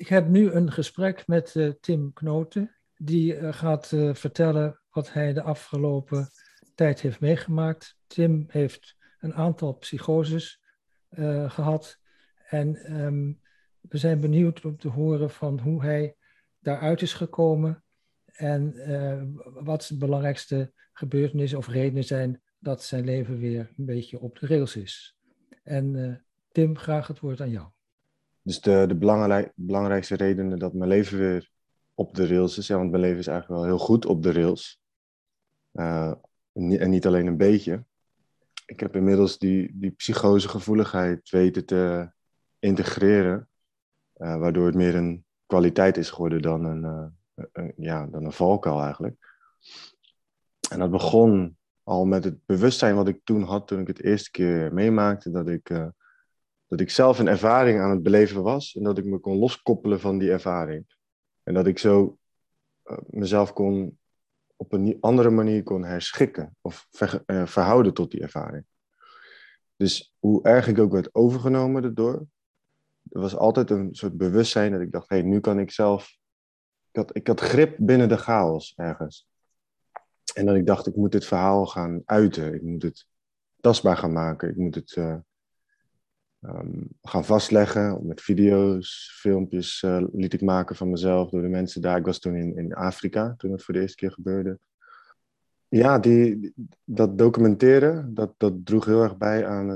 Ik heb nu een gesprek met Tim Knoten. Die gaat vertellen wat hij de afgelopen tijd heeft meegemaakt. Tim heeft een aantal psychoses gehad. En we zijn benieuwd om te horen van hoe hij daaruit is gekomen. En wat de belangrijkste gebeurtenissen of redenen zijn dat zijn leven weer een beetje op de rails is. En Tim, graag het woord aan jou. Dus de belangrijkste redenen dat mijn leven weer op de rails is. Ja, want mijn leven is eigenlijk wel heel goed op de rails. En niet alleen een beetje. Ik heb inmiddels die psychosegevoeligheid weten te integreren. Waardoor het meer een kwaliteit is geworden dan dan een valkuil eigenlijk. En dat begon al met het bewustzijn wat ik toen had, toen ik het eerste keer meemaakte. Dat ik zelf een ervaring aan het beleven was en dat ik me kon loskoppelen van die ervaring. En dat ik zo mezelf op een andere manier kon herschikken of verhouden tot die ervaring. Dus hoe erg ik ook werd overgenomen daardoor, er was altijd een soort bewustzijn dat ik dacht, hey, nu kan ik zelf... Ik had grip binnen de chaos ergens. En dat ik dacht, ik moet dit verhaal gaan uiten. Ik moet het tastbaar gaan maken. Ik moet het gaan vastleggen. Met video's, filmpjes liet ik maken van mezelf door de mensen daar. Ik was toen in Afrika, toen het voor de eerste keer gebeurde. Ja, dat documenteren, dat droeg heel erg bij aan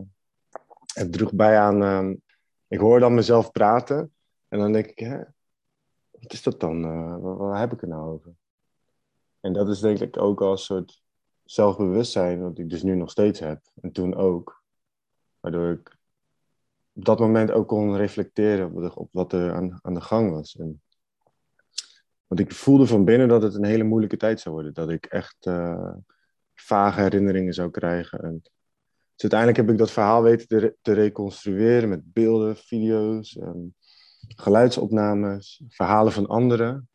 het droeg bij aan... ik hoor dan mezelf praten. En dan denk ik, hè, wat is dat dan? Waar heb ik het nou over? En dat is denk ik ook al een soort zelfbewustzijn, wat ik dus nu nog steeds heb. En toen ook. Waardoor ik op dat moment ook kon reflecteren op wat er aan de gang was. Want ik voelde van binnen dat het een hele moeilijke tijd zou worden. Dat ik echt vage herinneringen zou krijgen. Dus uiteindelijk heb ik dat verhaal weten te reconstrueren met beelden, video's, geluidsopnames, verhalen van anderen.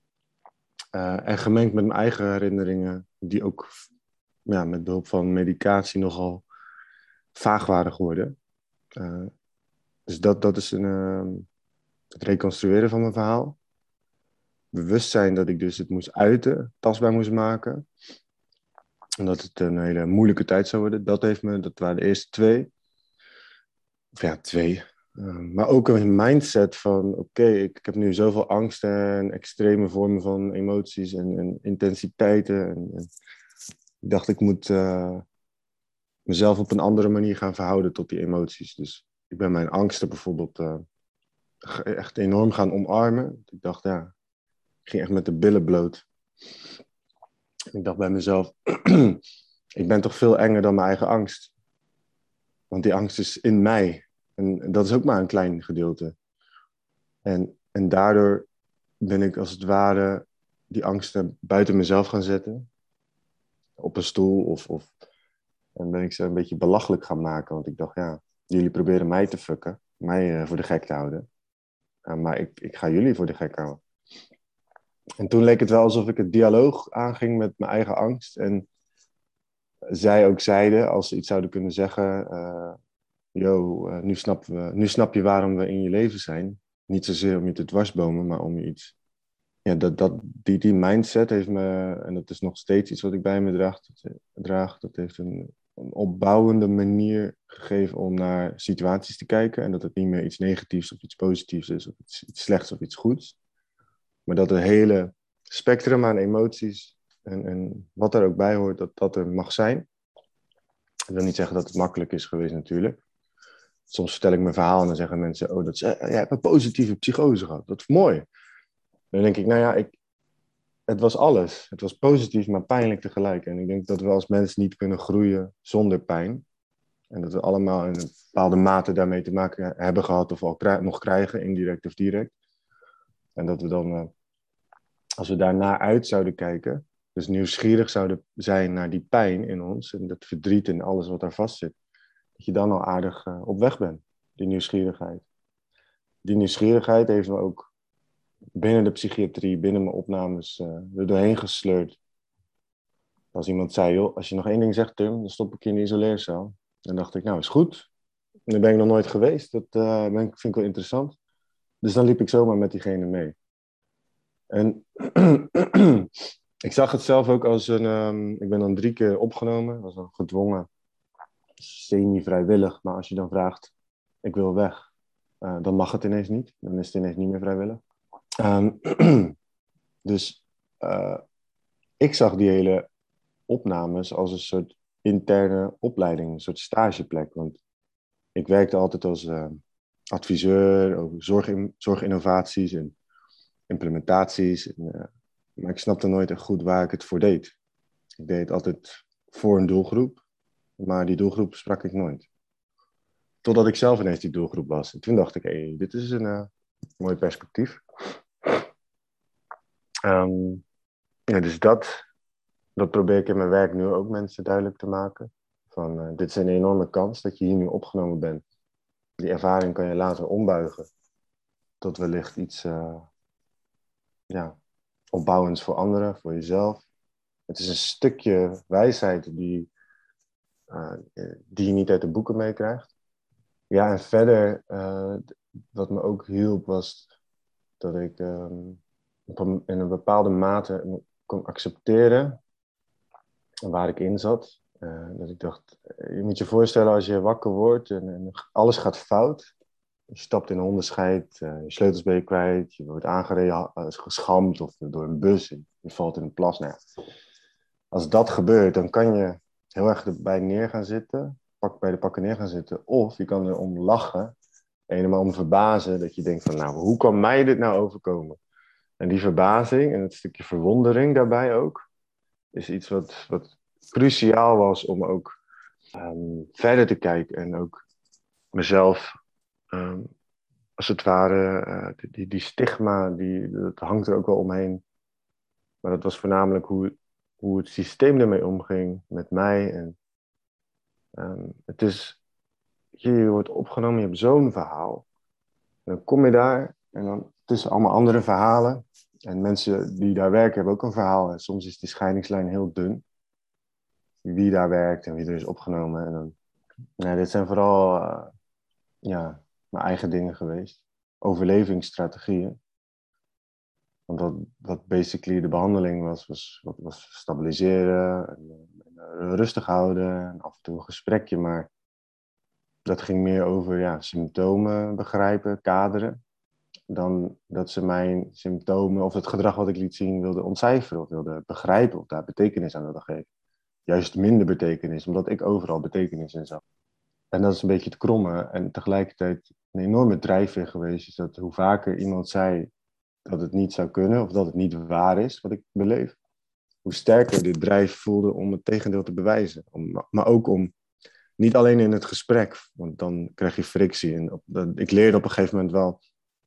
En gemengd met mijn eigen herinneringen, die ook met behulp van medicatie nogal vaag waren geworden. Dus dat is het reconstrueren van mijn verhaal. Bewustzijn dat ik dus het moest uiten, tastbaar moest maken. En dat het een hele moeilijke tijd zou worden. Dat waren de eerste twee. Of ja, twee. Maar ook een mindset van, oké, ik heb nu zoveel angst en extreme vormen van emoties en intensiteiten. En ik dacht, ik moet mezelf op een andere manier gaan verhouden tot die emoties. Dus ik ben mijn angsten bijvoorbeeld echt enorm gaan omarmen. Ik dacht, ja, ik ging echt met de billen bloot. Ik dacht bij mezelf, ik ben toch veel enger dan mijn eigen angst. Want die angst is in mij. En dat is ook maar een klein gedeelte. En daardoor ben ik als het ware die angsten buiten mezelf gaan zetten. Op een stoel en ben ik ze een beetje belachelijk gaan maken. Want ik dacht, ja, jullie proberen mij te fucken. Mij voor de gek te houden. Maar ik ga jullie voor de gek houden. En toen leek het wel alsof ik het dialoog aanging met mijn eigen angst. En zij ook zeiden, als ze iets zouden kunnen zeggen... nu snap je waarom we in je leven zijn. Niet zozeer om je te dwarsbomen, maar om je iets... Ja, die mindset heeft me... En dat is nog steeds iets wat ik bij me draag. Dat heeft een opbouwende manier gegeven om naar situaties te kijken. En dat het niet meer iets negatiefs of iets positiefs is. Of iets slechts of iets goeds. Maar dat het hele spectrum aan emoties... En wat er ook bij hoort, dat er mag zijn. Ik wil niet zeggen dat het makkelijk is geweest natuurlijk. Soms vertel ik mijn verhaal en dan zeggen mensen... jij hebt een positieve psychose gehad. Dat is mooi. Dan denk ik, nou ja, het was alles. Het was positief, maar pijnlijk tegelijk. En ik denk dat we als mens niet kunnen groeien zonder pijn. En dat we allemaal in een bepaalde mate daarmee te maken hebben gehad... of al nog krijgen, indirect of direct. En dat we dan, als we daarnaar uit zouden kijken... dus nieuwsgierig zouden zijn naar die pijn in ons... en dat verdriet en alles wat daar vast zit... dat je dan al aardig op weg bent, die nieuwsgierigheid. Die nieuwsgierigheid heeft me ook binnen de psychiatrie, binnen mijn opnames, er doorheen gesleurd. Als iemand zei, joh, als je nog één ding zegt, Tim, dan stop ik je in de isoleercel. Dan dacht ik, nou, is goed. En daar ben ik nog nooit geweest. Dat vind ik wel interessant. Dus dan liep ik zomaar met diegene mee. En ik zag het zelf ook als ik ben dan 3 keer opgenomen. Dat was dan gedwongen, semi-vrijwillig. Maar als je dan vraagt, ik wil weg, dan mag het ineens niet. Dan is het ineens niet meer vrijwillig. Dus ik zag die hele opnames als een soort interne opleiding, een soort stageplek. Want ik werkte altijd als adviseur over zorginnovaties en implementaties. Maar ik snapte nooit echt goed waar ik het voor deed. Ik deed het altijd voor een doelgroep, maar die doelgroep sprak ik nooit. Totdat ik zelf ineens die doelgroep was. En toen dacht ik, hey, dit is een mooi perspectief. Ja, dus dat probeer ik in mijn werk nu ook mensen duidelijk te maken. Van, dit is een enorme kans dat je hier nu opgenomen bent. Die ervaring kan je later ombuigen tot wellicht iets opbouwends voor anderen, voor jezelf. Het is een stukje wijsheid die je niet uit de boeken meekrijgt. Ja, en verder, wat me ook hielp was dat ik in een bepaalde mate kon accepteren waar ik in zat. Dat ik dacht, je moet je voorstellen als je wakker wordt en alles gaat fout. Je stapt in een hondenscheid, je sleutels ben je kwijt, je wordt aangereden, geschampt of door een bus en je valt in een plas. Nou ja. Als dat gebeurt, dan kan je heel erg erbij neer gaan zitten, bij de pakken neer gaan zitten. Of je kan er om lachen, helemaal om verbazen, dat je denkt van, nou, hoe kan mij dit nou overkomen? En die verbazing en het stukje verwondering daarbij ook, is iets wat cruciaal was om ook verder te kijken en ook mezelf, als het ware, die stigma, dat hangt er ook wel omheen. Maar dat was voornamelijk hoe het systeem ermee omging met mij. En het is, je wordt opgenomen, je hebt zo'n verhaal. En dan kom je daar en dan tussen allemaal andere verhalen. En mensen die daar werken hebben ook een verhaal. En soms is die scheidingslijn heel dun. Wie daar werkt en wie er is opgenomen. En dan, dit zijn vooral mijn eigen dingen geweest. Overlevingsstrategieën. Want wat basically de behandeling was stabiliseren, en rustig houden en af en toe een gesprekje. Maar dat ging meer over symptomen begrijpen, kaderen. Dan dat ze mijn symptomen of het gedrag wat ik liet zien wilden ontcijferen of wilden begrijpen of daar betekenis aan wilden geven. Juist minder betekenis, omdat ik overal betekenis in zag. En dat is een beetje het kromme en tegelijkertijd een enorme drijfveer geweest. Is dat hoe vaker iemand zei dat het niet zou kunnen of dat het niet waar is wat ik beleef, hoe sterker de drijf voelde om het tegendeel te bewijzen. Maar ook om, niet alleen in het gesprek, want dan krijg je frictie. En ik leerde op een gegeven moment wel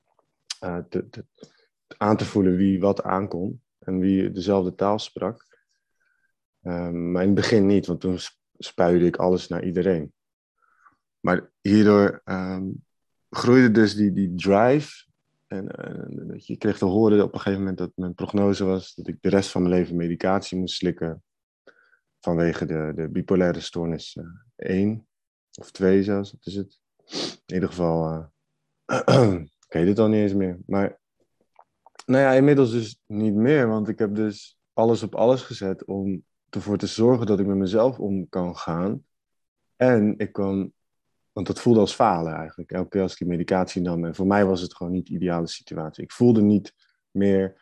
aan te voelen wie wat aankon en wie dezelfde taal sprak. Maar in het begin niet, want toen spuide ik alles naar iedereen. Maar hierdoor groeide dus die drive. En je kreeg te horen op een gegeven moment dat mijn prognose was dat ik de rest van mijn leven medicatie moest slikken. Vanwege de bipolaire stoornis 1 of 2 zelfs, wat is het? In ieder geval, ik weet het al niet eens meer. Maar nou ja, inmiddels dus niet meer, want ik heb dus alles op alles gezet om ervoor te zorgen dat ik met mezelf om kan gaan. En ik kon, want dat voelde als falen eigenlijk, elke keer als ik die medicatie nam. En voor mij was het gewoon niet de ideale situatie. Ik voelde niet meer,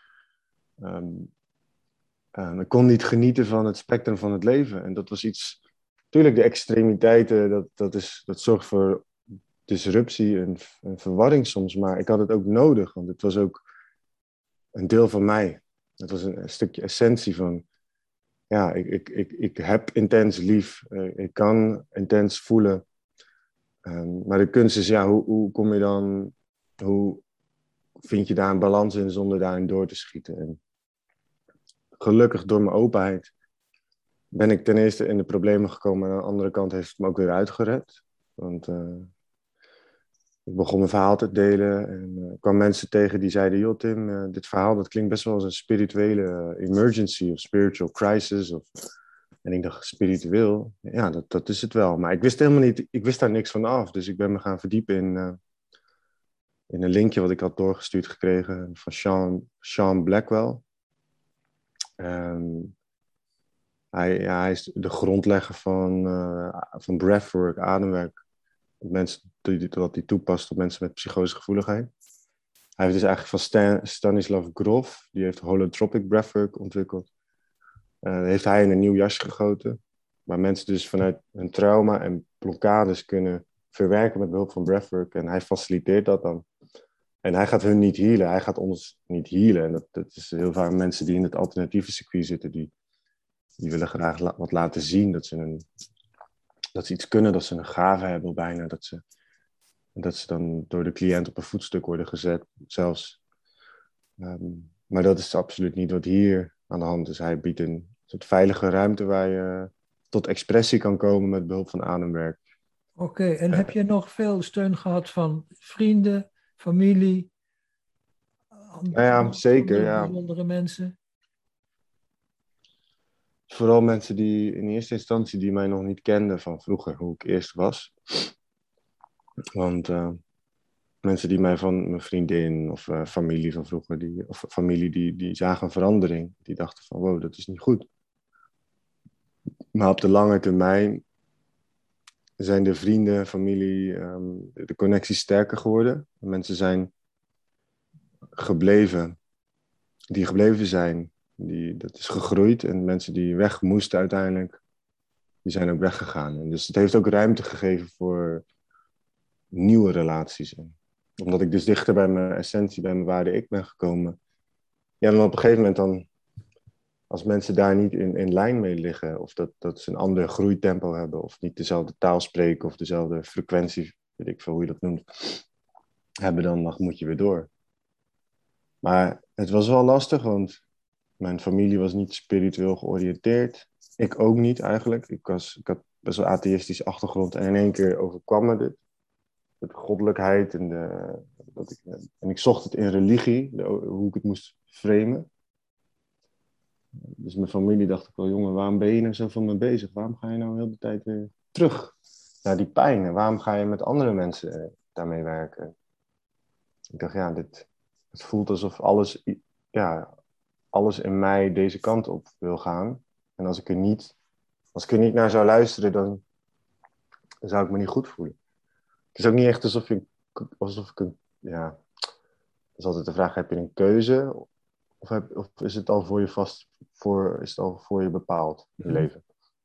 ik kon niet genieten van het spectrum van het leven. En dat was iets, natuurlijk de extremiteiten, dat zorgt voor disruptie en verwarring soms. Maar ik had het ook nodig, want het was ook een deel van mij. Het was een stukje essentie van, ja, ik heb intens lief. Ik kan intens voelen. Maar de kunst is, hoe kom je dan, hoe vind je daar een balans in zonder daarin door te schieten? En gelukkig door mijn openheid ben ik ten eerste in de problemen gekomen. En aan de andere kant heeft het me ook weer uitgered. Want ik begon mijn verhaal te delen en kwam mensen tegen die zeiden, joh Tim, dit verhaal dat klinkt best wel als een spirituele emergency of spiritual crisis. En ik dacht, spiritueel? Ja, dat is het wel. Maar ik wist helemaal niet, ik wist daar niks van af. Dus ik ben me gaan verdiepen in een linkje wat ik had doorgestuurd gekregen van Sean Blackwell. Hij is de grondlegger van breathwork, ademwerk. Mensen dat hij toepast op mensen met psychosegevoeligheid. Hij heeft dus eigenlijk van Stanislav Grof, die heeft holotropic breathwork ontwikkeld. Heeft hij in een nieuw jasje gegoten. Waar mensen dus vanuit hun trauma en blokkades kunnen verwerken met behulp van breathwork. En hij faciliteert dat dan. En hij gaat hun niet healen, hij gaat ons niet healen. En dat is heel vaak mensen die in het alternatieve circuit zitten, die willen graag wat laten zien. Dat ze iets kunnen, dat ze een gave hebben bijna. Dat ze dan door de cliënt op een voetstuk worden gezet, zelfs. Maar dat is absoluut niet wat hier aan de hand is. Hij biedt een soort veilige ruimte waar je tot expressie kan komen met behulp van ademwerk. Oké, en heb je nog veel steun gehad van vrienden, familie? Ja, zeker, ja. Bijzondere mensen? Vooral mensen die in eerste instantie die mij nog niet kenden van vroeger, hoe ik eerst was. Want mensen die mij van mijn vriendin of familie van vroeger, die zagen een verandering. Die dachten van, wow, dat is niet goed. Maar op de lange termijn zijn de vrienden, familie, de connecties sterker geworden. Mensen zijn gebleven, die gebleven zijn. Dat is gegroeid. En mensen die weg moesten uiteindelijk, die zijn ook weggegaan. En dus het heeft ook ruimte gegeven voor nieuwe relaties. Omdat ik dus dichter bij mijn essentie, bij mijn waarde ik ben gekomen. Ja, dan op een gegeven moment dan, als mensen daar niet in lijn mee liggen, of dat ze een ander groeitempo hebben, of niet dezelfde taal spreken, of dezelfde frequentie, weet ik veel hoe je dat noemt, hebben, dan moet je weer door. Maar het was wel lastig, want mijn familie was niet spiritueel georiënteerd. Ik ook niet eigenlijk. Ik had best wel atheïstische achtergrond en in één keer overkwam me dit. De goddelijkheid en ik zocht het in religie, hoe ik het moest framen. Dus mijn familie dacht ik wel, jongen, waarom ben je nou zo van me bezig? Waarom ga je nou heel de hele tijd weer terug naar die pijn? En waarom ga je met andere mensen daarmee werken? Ik dacht, ja, het voelt alsof alles in mij deze kant op wil gaan. En als ik er niet naar zou luisteren, dan zou ik me niet goed voelen. Het is ook niet echt alsof ik ja, dat is altijd de vraag, heb je een keuze? Of is het al voor je is het al voor je bepaald, je leven?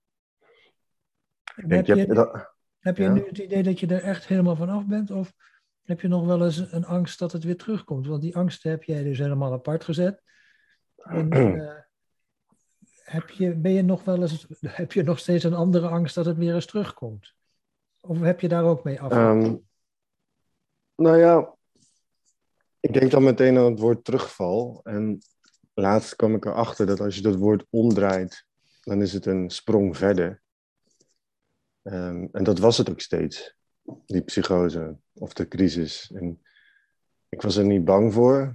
Heb je nu het idee dat je er echt helemaal vanaf bent? Of heb je nog wel eens een angst dat het weer terugkomt? Want die angst heb jij dus helemaal apart gezet. En heb je nog steeds een andere angst dat het weer eens terugkomt? Of heb je daar ook mee af? Nou ja, ik denk dan meteen aan het woord terugval. En laatst kwam ik erachter dat als je dat woord omdraait, dan is het een sprong verder. En dat was het ook steeds, die psychose of de crisis. En ik was er niet bang voor.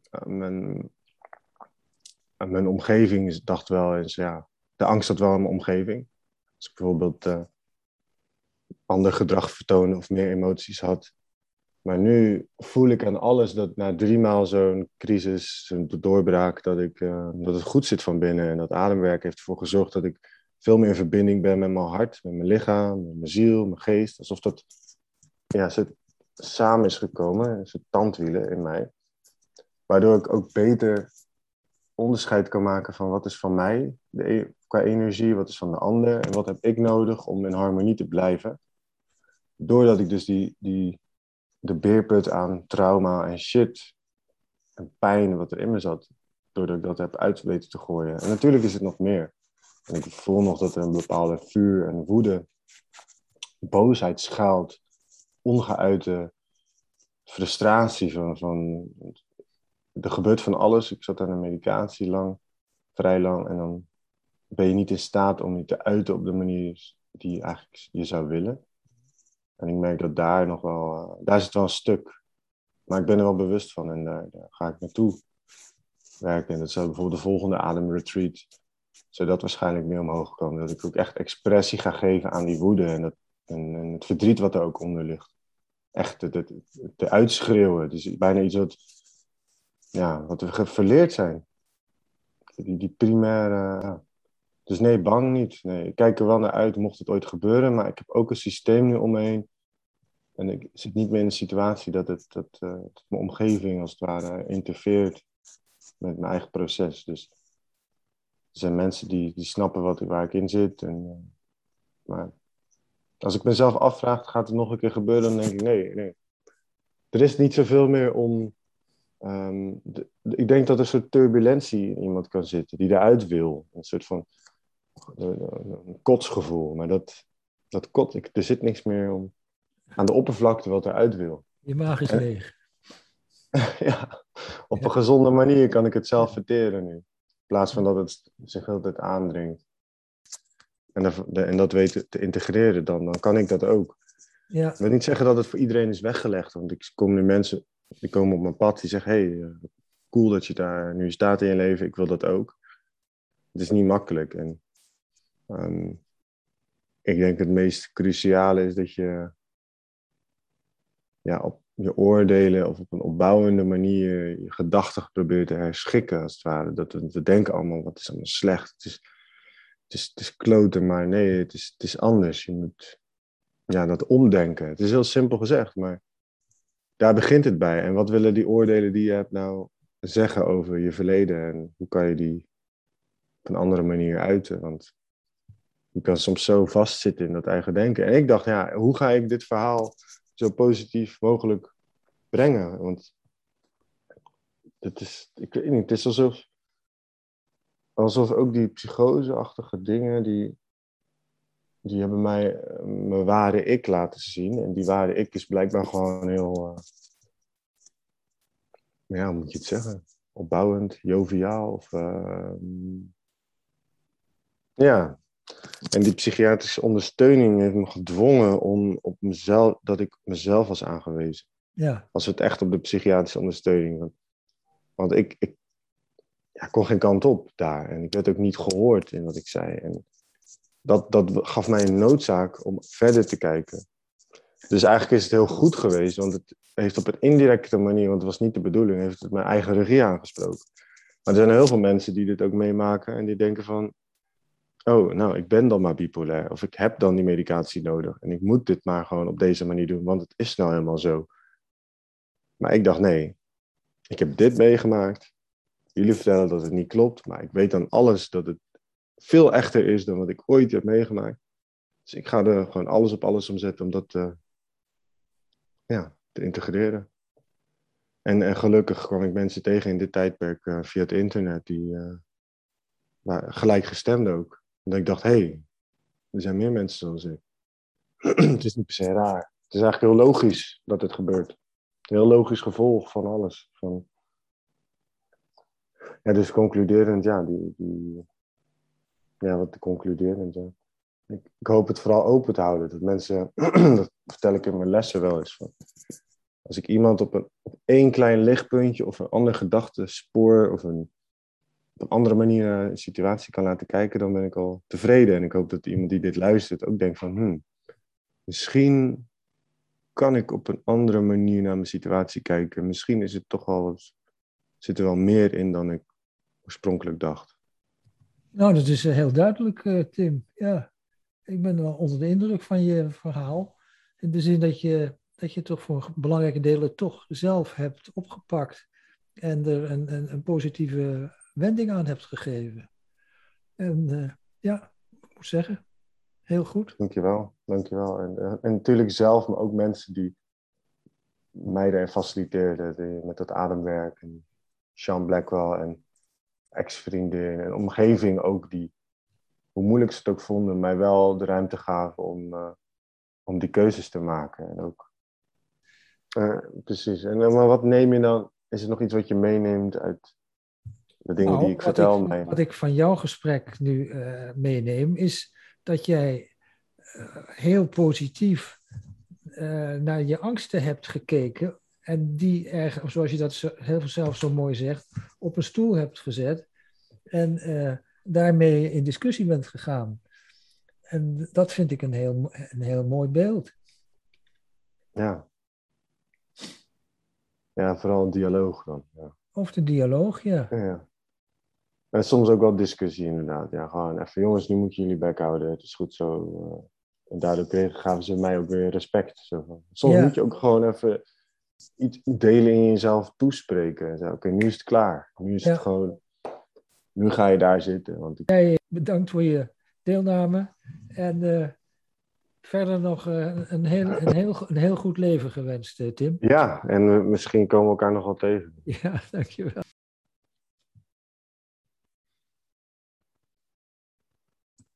Mijn omgeving dacht wel eens, ja, de angst zat wel in mijn omgeving. Als ik bijvoorbeeld ander gedrag vertoonde of meer emoties had. Maar nu voel ik aan alles dat na 3 maal zo'n crisis, zo'n doorbraak, dat het goed zit van binnen. En dat ademwerk heeft ervoor gezorgd dat ik veel meer in verbinding ben met mijn hart, met mijn lichaam, met mijn ziel, mijn geest. Alsof dat samen is gekomen, zo'n tandwielen in mij. Waardoor ik ook beter onderscheid kan maken van wat is van mij qua energie, wat is van de ander en wat heb ik nodig om in harmonie te blijven. Doordat ik dus de beerput aan trauma en shit en pijn wat er in me zat, doordat ik dat heb uit weten te gooien. En natuurlijk is het nog meer. En ik voel nog dat er een bepaalde vuur en woede, boosheid schuilt, ongeuite frustratie van er gebeurt van alles. Ik zat aan een medicatie vrij lang, en dan ben je niet in staat om je te uiten op de manier die eigenlijk je zou willen. En ik merk dat daar zit wel een stuk. Maar ik ben er wel bewust van en daar ga ik naartoe werken. En dat zou bijvoorbeeld de volgende ademretreat, zou dat waarschijnlijk meer omhoog komen. Dat ik ook echt expressie ga geven aan die woede en het verdriet wat er ook onder ligt. echt te uitschreeuwen. Het is bijna iets wat we verleerd zijn. Die primaire... Ja. Dus nee, bang niet. Nee, ik kijk er wel naar uit, mocht het ooit gebeuren. Maar ik heb ook een systeem nu om me heen. En ik zit niet meer in een situatie dat mijn omgeving als het ware interfereert met mijn eigen proces. Dus er zijn mensen die snappen waar ik in zit. Maar als ik mezelf afvraag, gaat het nog een keer gebeuren? Dan denk ik, nee. Er is niet zoveel meer om... ik denk dat er een soort turbulentie in iemand kan zitten, die eruit wil. Een soort van een kotsgevoel. Maar er zit niks meer aan de oppervlakte wat eruit wil. Je maag is leeg. Ja, op een gezonde manier kan ik het zelf verteren nu. In plaats van dat het zich altijd aandringt. En dat weten te integreren, dan kan ik dat ook. Ja. Ik wil niet zeggen dat het voor iedereen is weggelegd. Want ik kom nu mensen die komen op mijn pad die zeggen... Hey, cool dat je daar nu staat in je leven. Ik wil dat ook. Het is niet makkelijk. En ik denk het meest cruciale is dat je... op je oordelen of op een opbouwende manier... je gedachten probeert te herschikken, als het ware. Dat we denken allemaal, wat is allemaal slecht. Het is kloten, maar nee, het is anders. Je moet... dat omdenken. Het is heel simpel gezegd, maar daar begint het bij. En wat willen die oordelen die je hebt nou zeggen over je verleden? En hoe kan je die op een andere manier uiten? Want je kan soms zo vastzitten in dat eigen denken. En ik dacht, hoe ga ik dit verhaal zo positief mogelijk brengen? Want ik weet niet, het is alsof ook die psychoseachtige dingen, die hebben mij mijn ware ik laten zien. En die ware ik is blijkbaar gewoon heel... hoe moet je het zeggen? Opbouwend, joviaal. En die psychiatrische ondersteuning heeft me gedwongen dat ik mezelf was aangewezen. Ja. Als we het echt op de psychiatrische ondersteuning. Want ik kon geen kant op daar. En ik werd ook niet gehoord in wat ik zei. En dat gaf mij een noodzaak om verder te kijken. Dus eigenlijk is het heel goed geweest, want het heeft op een indirecte manier, want het was niet de bedoeling, heeft het mijn eigen regie aangesproken. Maar er zijn heel veel mensen die dit ook meemaken en die denken van, oh, nou, ik ben dan maar bipolair, of ik heb dan die medicatie nodig en ik moet dit maar gewoon op deze manier doen, want het is nou helemaal zo. Maar ik dacht, nee, ik heb dit meegemaakt, jullie vertellen dat het niet klopt, maar ik weet dan alles dat het veel echter is dan wat ik ooit heb meegemaakt. Dus ik ga er gewoon alles op alles om zetten om dat te integreren. En gelukkig kwam ik mensen tegen in dit tijdperk via het internet die waren gelijkgestemd ook. En ik dacht, hé, er zijn meer mensen zoals ik. Het is niet per se raar. Het is eigenlijk heel logisch dat het gebeurt. Een heel logisch gevolg van alles. Dus concluderend, wat te concluderend, ja. Ik hoop het vooral open te houden. Dat mensen, dat vertel ik in mijn lessen wel eens. Als ik iemand op één klein lichtpuntje of een ander gedachtespoor of op een andere manier naar een situatie kan laten kijken, dan ben ik al tevreden. En ik hoop dat iemand die dit luistert ook denkt van, misschien kan ik op een andere manier naar mijn situatie kijken. Misschien is het toch wel zit er wel meer in dan ik oorspronkelijk dacht. Nou, dat is heel duidelijk, Tim. Ja, ik ben wel onder de indruk van je verhaal. In de zin dat je toch voor belangrijke delen toch zelf hebt opgepakt en er een positieve wending aan hebt gegeven. En ik moet zeggen, heel goed. Dankjewel. En natuurlijk zelf, maar ook mensen die mij daarin faciliteerden, met dat ademwerk. En Sean Blackwell en ex-vriendin en omgeving ook, die, hoe moeilijk ze het ook vonden, mij wel de ruimte gaven om die keuzes te maken. En ook, precies. Maar wat neem je dan? Is er nog iets wat je meeneemt uit de dingen die ik vertel? Wat ik van jouw gesprek nu meeneem, is dat jij heel positief naar je angsten hebt gekeken en die zoals je dat heel zelf zo mooi zegt, op een stoel hebt gezet en daarmee in discussie bent gegaan. En dat vind ik een heel mooi beeld. Ja, Ja, vooral een dialoog dan. Ja. Of de dialoog, ja. Ja. En soms ook wel discussie inderdaad. Ja, gewoon even, jongens, nu moeten jullie bek houden. Het is goed zo. En daardoor gaven ze mij ook weer respect. Zo van. Soms moet Ja, je ook gewoon even iets delen in jezelf toespreken. Oké, nu is het klaar. Nu is het ja. gewoon... Nu ga je daar zitten. Want Bedankt voor je deelname. En verder nog een heel goed leven gewenst, Tim. ja, en misschien komen we elkaar nog wel tegen. Ja, dankjewel.